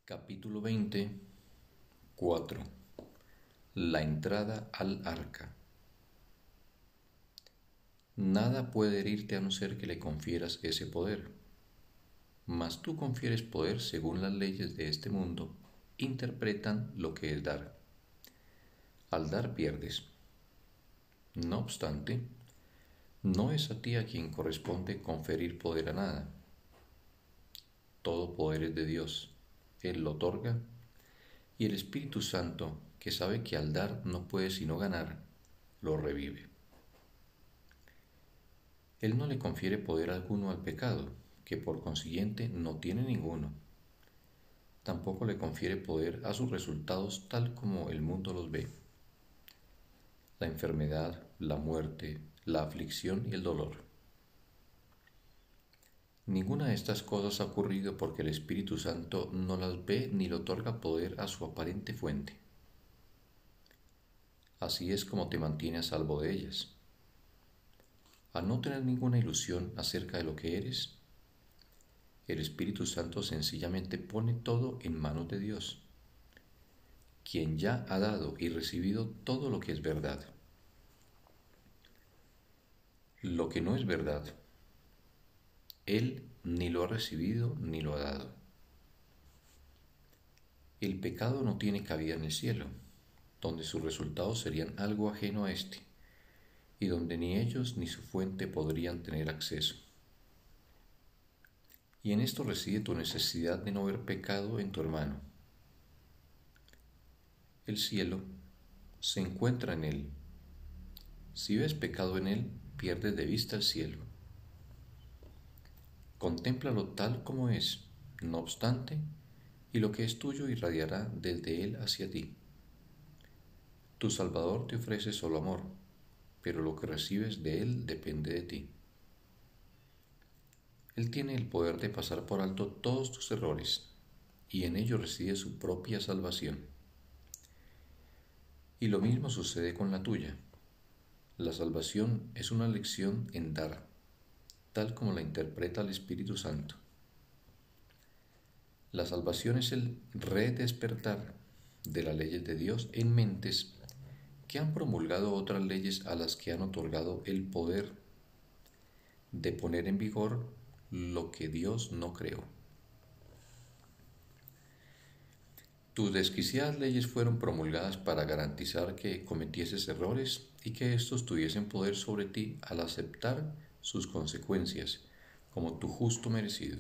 Capítulo 20. 4. La entrada al arca. Nada puede herirte a no ser que le confieras ese poder. Mas tú confieres poder según las leyes de este mundo, interpretan lo que es dar. Al dar pierdes. No obstante, no es a ti a quien corresponde conferir poder a nada. Todo poder es de Dios. Él lo otorga, y el Espíritu Santo, que sabe que al dar no puede sino ganar, lo revive. Él no le confiere poder alguno al pecado, que por consiguiente no tiene ninguno. Tampoco le confiere poder a sus resultados tal como el mundo los ve: la enfermedad, la muerte, la aflicción y el dolor. Ninguna de estas cosas ha ocurrido porque el Espíritu Santo no las ve ni le otorga poder a su aparente fuente. Así es como te mantiene a salvo de ellas. Al no tener ninguna ilusión acerca de lo que eres, el Espíritu Santo sencillamente pone todo en manos de Dios, quien ya ha dado y recibido todo lo que es verdad. Lo que no es verdad, Él ni lo ha recibido ni lo ha dado. El pecado no tiene cabida en el cielo, donde sus resultados serían algo ajeno a éste, y donde ni ellos ni su fuente podrían tener acceso. Y en esto reside tu necesidad de no ver pecado en tu hermano. El cielo se encuentra en él. Si ves pecado en él, pierdes de vista el cielo. Contémplalo tal como es, no obstante, y lo que es tuyo irradiará desde él hacia ti. Tu Salvador te ofrece solo amor, pero lo que recibes de él depende de ti. Él tiene el poder de pasar por alto todos tus errores, y en ello reside su propia salvación. Y lo mismo sucede con la tuya. La salvación es una lección en dar, tal como la interpreta el Espíritu Santo. La salvación es el redespertar de las leyes de Dios en mentes que han promulgado otras leyes a las que han otorgado el poder de poner en vigor lo que Dios no creó. Tus desquiciadas leyes fueron promulgadas para garantizar que cometieses errores y que éstos tuviesen poder sobre ti al aceptar sus consecuencias como tu justo merecido.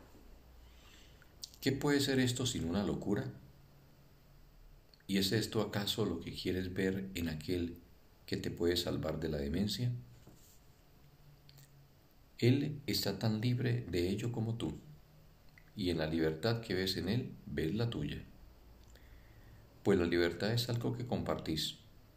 ¿Qué puede ser esto sino una locura? ¿Y es esto acaso lo que quieres ver en aquel que te puede salvar de la demencia? Él está tan libre de ello como tú, y en la libertad que ves en él, ves la tuya. Pues la libertad es algo que compartís.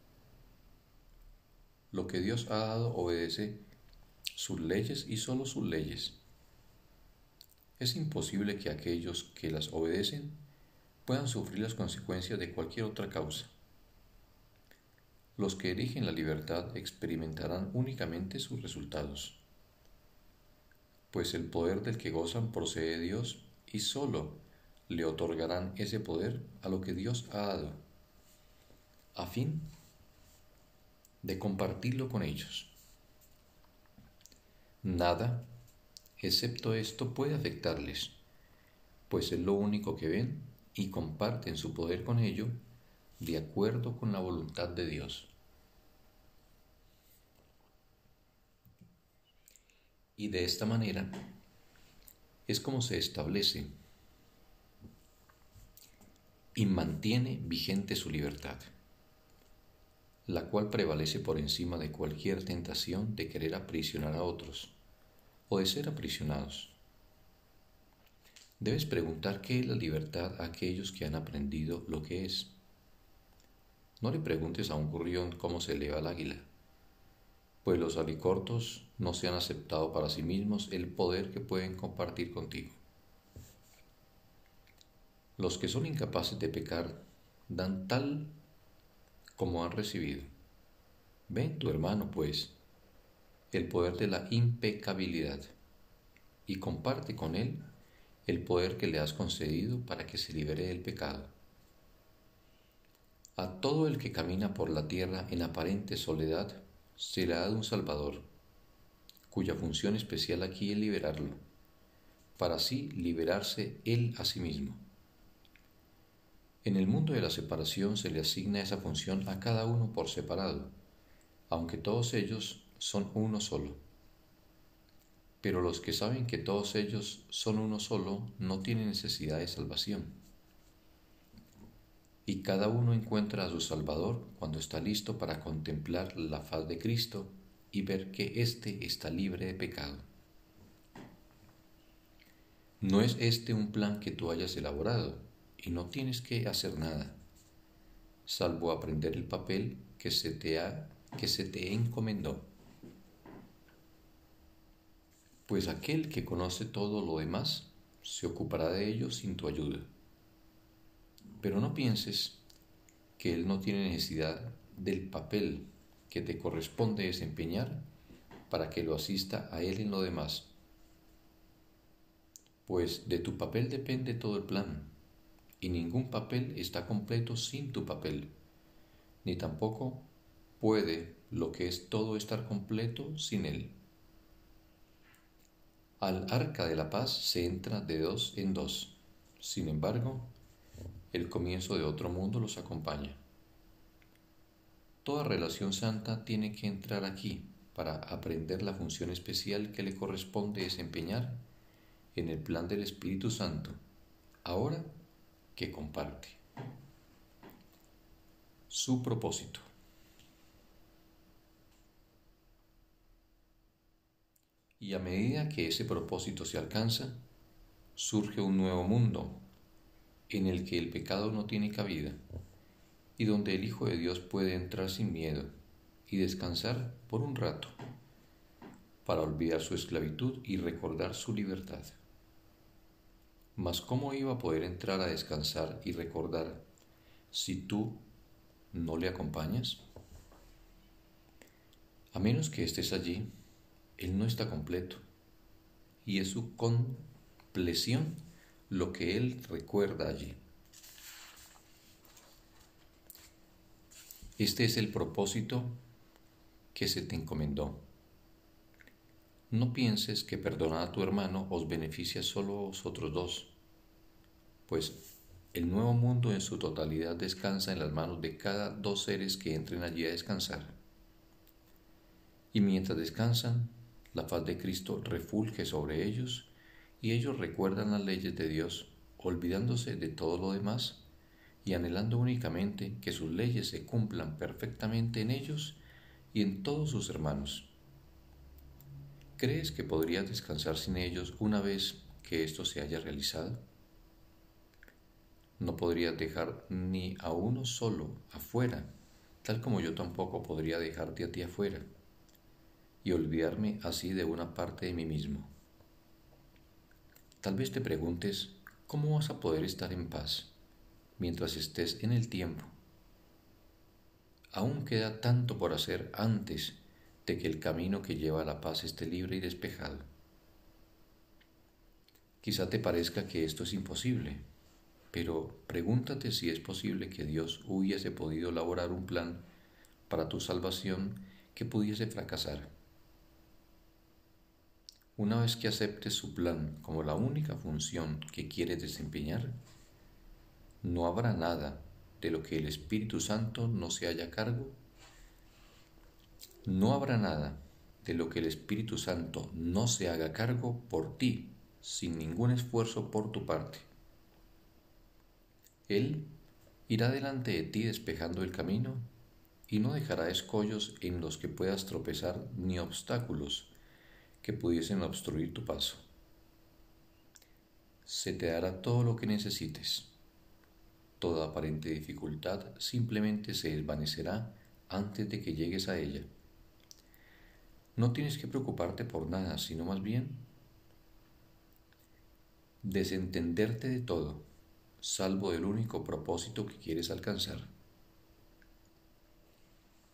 Lo que Dios ha dado obedece sus leyes y solo sus leyes. Es imposible que aquellos que las obedecen puedan sufrir las consecuencias de cualquier otra causa. Los que eligen la libertad experimentarán únicamente sus resultados, pues el poder del que gozan procede de Dios y sólo le otorgarán ese poder a lo que Dios ha dado, a fin de compartirlo con ellos. Nada, excepto esto, puede afectarles, pues es lo único que ven y comparten su poder con ello de acuerdo con la voluntad de Dios. Y de esta manera es como se establece y mantiene vigente su libertad, la cual prevalece por encima de cualquier tentación de querer aprisionar a otros o de ser aprisionados. Debes preguntar qué es la libertad a aquellos que han aprendido lo que es. No le preguntes a un gorrión cómo se eleva el águila, pues los alicortos no se han aceptado para sí mismos el poder que pueden compartir contigo. Los que son incapaces de pecar dan tal como han recibido. Ve en tu hermano, pues, el poder de la impecabilidad y comparte con él el poder que le has concedido para que se libere del pecado. A todo el que camina por la tierra en aparente soledad se le ha dado un Salvador, cuya función especial aquí es liberarlo, para así liberarse él a sí mismo. En el mundo de la separación se le asigna esa función a cada uno por separado, aunque todos ellos son uno solo. Pero los que saben que todos ellos son uno solo no tienen necesidad de salvación. Y cada uno encuentra a su Salvador cuando está listo para contemplar la faz de Cristo y ver que éste está libre de pecado. No es este un plan que tú hayas elaborado y no tienes que hacer nada, salvo aprender el papel que se te encomendó. Pues aquel que conoce todo lo demás se ocupará de ello sin tu ayuda. Pero no pienses que él no tiene necesidad del papel que te corresponde desempeñar para que lo asista a él en lo demás. Pues de tu papel depende todo el plan, y ningún papel está completo sin tu papel, ni tampoco puede lo que es todo estar completo sin él. Al arca de la paz se entra de dos en dos. Sin embargo, el comienzo de otro mundo los acompaña. Toda relación santa tiene que entrar aquí para aprender la función especial que le corresponde desempeñar en el plan del Espíritu Santo, ahora que comparte. Su propósito. Y a medida que ese propósito se alcanza, surge un nuevo mundo en el que el pecado no tiene cabida y donde el Hijo de Dios puede entrar sin miedo y descansar por un rato para olvidar su esclavitud y recordar su libertad. Mas ¿cómo iba a poder entrar a descansar y recordar si tú no le acompañas? A menos que estés allí, él no está completo, y es su compleción lo que él recuerda allí. Este es el propósito que se te encomendó. No pienses que perdonar a tu hermano os beneficia solo a vosotros dos, pues el nuevo mundo en su totalidad descansa en las manos de cada dos seres que entren allí a descansar. Y mientras descansan, la paz de Cristo refulge sobre ellos y ellos recuerdan las leyes de Dios, olvidándose de todo lo demás y anhelando únicamente que sus leyes se cumplan perfectamente en ellos y en todos sus hermanos. ¿Crees que podrías descansar sin ellos una vez que esto se haya realizado? No podrías dejar ni a uno solo afuera, tal como yo tampoco podría dejarte a ti afuera, y olvidarme así de una parte de mí mismo. Tal vez te preguntes, ¿cómo vas a poder estar en paz mientras estés en el tiempo? Aún queda tanto por hacer antes de que el camino que lleva a la paz esté libre y despejado. Quizá te parezca que esto es imposible, pero pregúntate si es posible que Dios hubiese podido elaborar un plan para tu salvación que pudiese fracasar. Una vez que aceptes su plan como la única función que quieres desempeñar, no habrá nada de lo que el Espíritu Santo no se haga cargo. No habrá nada de lo que el Espíritu Santo no se haga cargo por ti, sin ningún esfuerzo por tu parte. Él irá delante de ti despejando el camino y no dejará escollos en los que puedas tropezar ni obstáculos que pudiesen obstruir tu paso. Se te dará todo lo que necesites. Toda aparente dificultad simplemente se desvanecerá antes de que llegues a ella. No tienes que preocuparte por nada, sino más bien desentenderte de todo, salvo del único propósito que quieres alcanzar.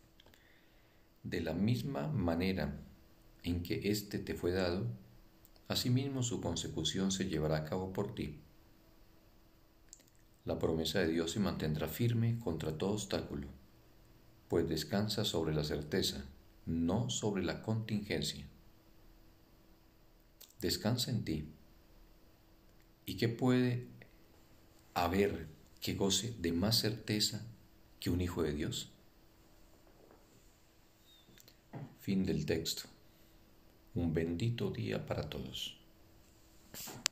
De la misma manera en que éste te fue dado, Asimismo, su consecución se llevará a cabo por ti. La promesa de Dios se mantendrá firme contra todo obstáculo, pues descansa sobre la certeza, no sobre la contingencia. Descansa en ti. ¿Y qué puede haber que goce de más certeza que un hijo de Dios? Fin del texto. Un bendito día para todos.